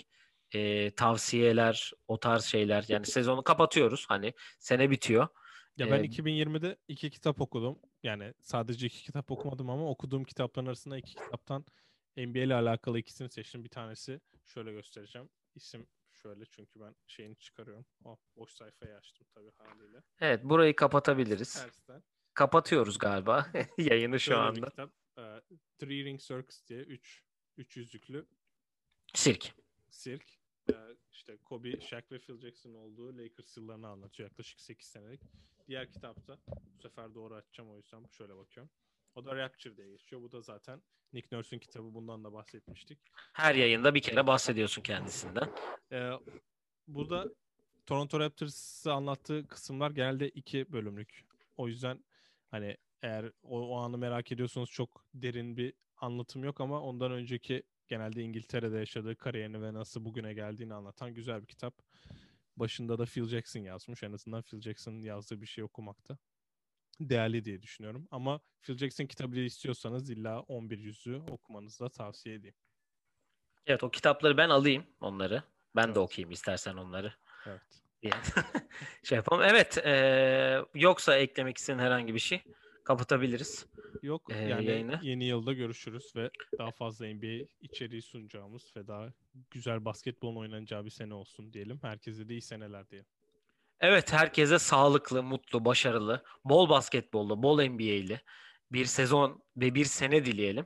Tavsiyeler, o tarz şeyler. Yani sezonu kapatıyoruz. Hani sene bitiyor. Ya ben 2020'de 2 kitap okudum. Yani sadece 2 kitap okumadım ama okuduğum kitapların arasında 2 kitaptan NBA ile alakalı ikisini seçtim. Bir tanesi şöyle göstereceğim. İsim şöyle çünkü ben şeyini çıkarıyorum. Boş sayfayı açtım tabii haliyle. Evet, burayı kapatabiliriz. Tersten. Kapatıyoruz galiba yayını şu Şöyle bir anda. kitap. Three Ring Circus diye 3 yüzlüklü Sirk. sirk. İşte Kobe, Shaq ve Phil Jackson'ın olduğu Lakers yıllarını anlatıyor. Yaklaşık 8 senelik. Diğer kitapta bu sefer doğru açacağım o yüzden şöyle bakıyorum. O da Rapture diye geçiyor. Bu da zaten Nick Nurse'un kitabı. Bundan da bahsetmiştik. Her yayında bir kere bahsediyorsun kendisinden. Ee, Burada Toronto Raptors'ı anlattığı kısımlar genelde 2 bölümlük. O yüzden hani eğer o anı merak ediyorsanız çok derin bir anlatım yok ama ondan önceki genelde İngiltere'de yaşadığı kariyerini ve nasıl bugüne geldiğini anlatan güzel bir kitap. Başında da Phil Jackson yazmış. En azından Phil Jackson'ın yazdığı bir şey okumakta değerli diye düşünüyorum. Ama Phil Jackson kitabı istiyorsanız illa 11 yüzü okumanızı da tavsiye edeyim. Evet, o kitapları ben alayım onları. Ben de Evet. okuyayım istersen onları. Evet. Diye. Şey yapalım. Evet. Yoksa eklemek istediğin herhangi bir şey kapatabiliriz Yok yani yayını. yeni yılda görüşürüz ve daha fazla NBA içeriği sunacağımız ve daha güzel basketbolun oynanacağı bir sene olsun diyelim. Herkese de iyi seneler diyelim. Evet, herkese sağlıklı, mutlu, başarılı, bol basketbollu, bol NBA'li bir sezon ve bir sene dileyelim.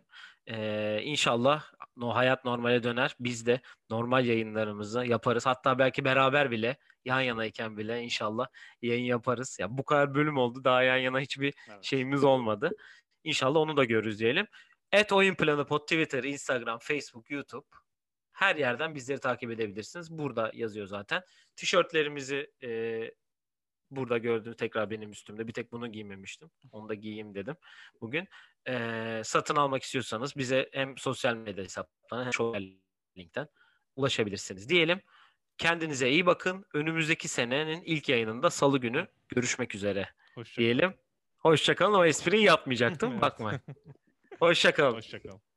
İnşallah hayat normale döner. Biz de normal yayınlarımızı yaparız. Hatta belki beraber bile yan yanayken bile inşallah yayın yaparız. Ya bu kadar bölüm oldu. Daha yan yana hiçbir Evet. şeyimiz olmadı. İnşallah onu da görürüz diyelim. Oyun Planı Pod Twitter, Instagram, Facebook, YouTube her yerden bizleri takip edebilirsiniz. Burada yazıyor zaten. Tişörtlerimizi burada gördüğünüz tekrar benim üstümde. Bir tek bunu giymemiştim. Onu da giyeyim dedim bugün. Satın almak istiyorsanız bize hem sosyal medya hesaplarından hem sosyal linkten ulaşabilirsiniz diyelim. Kendinize iyi bakın. Önümüzdeki senenin ilk yayınında Salı günü görüşmek üzere Hoşça kalın. diyelim. Hoşçakalın. O espriyi yapmayacaktım. Evet. Bakma. Hoşçakalın. Hoşça kalın.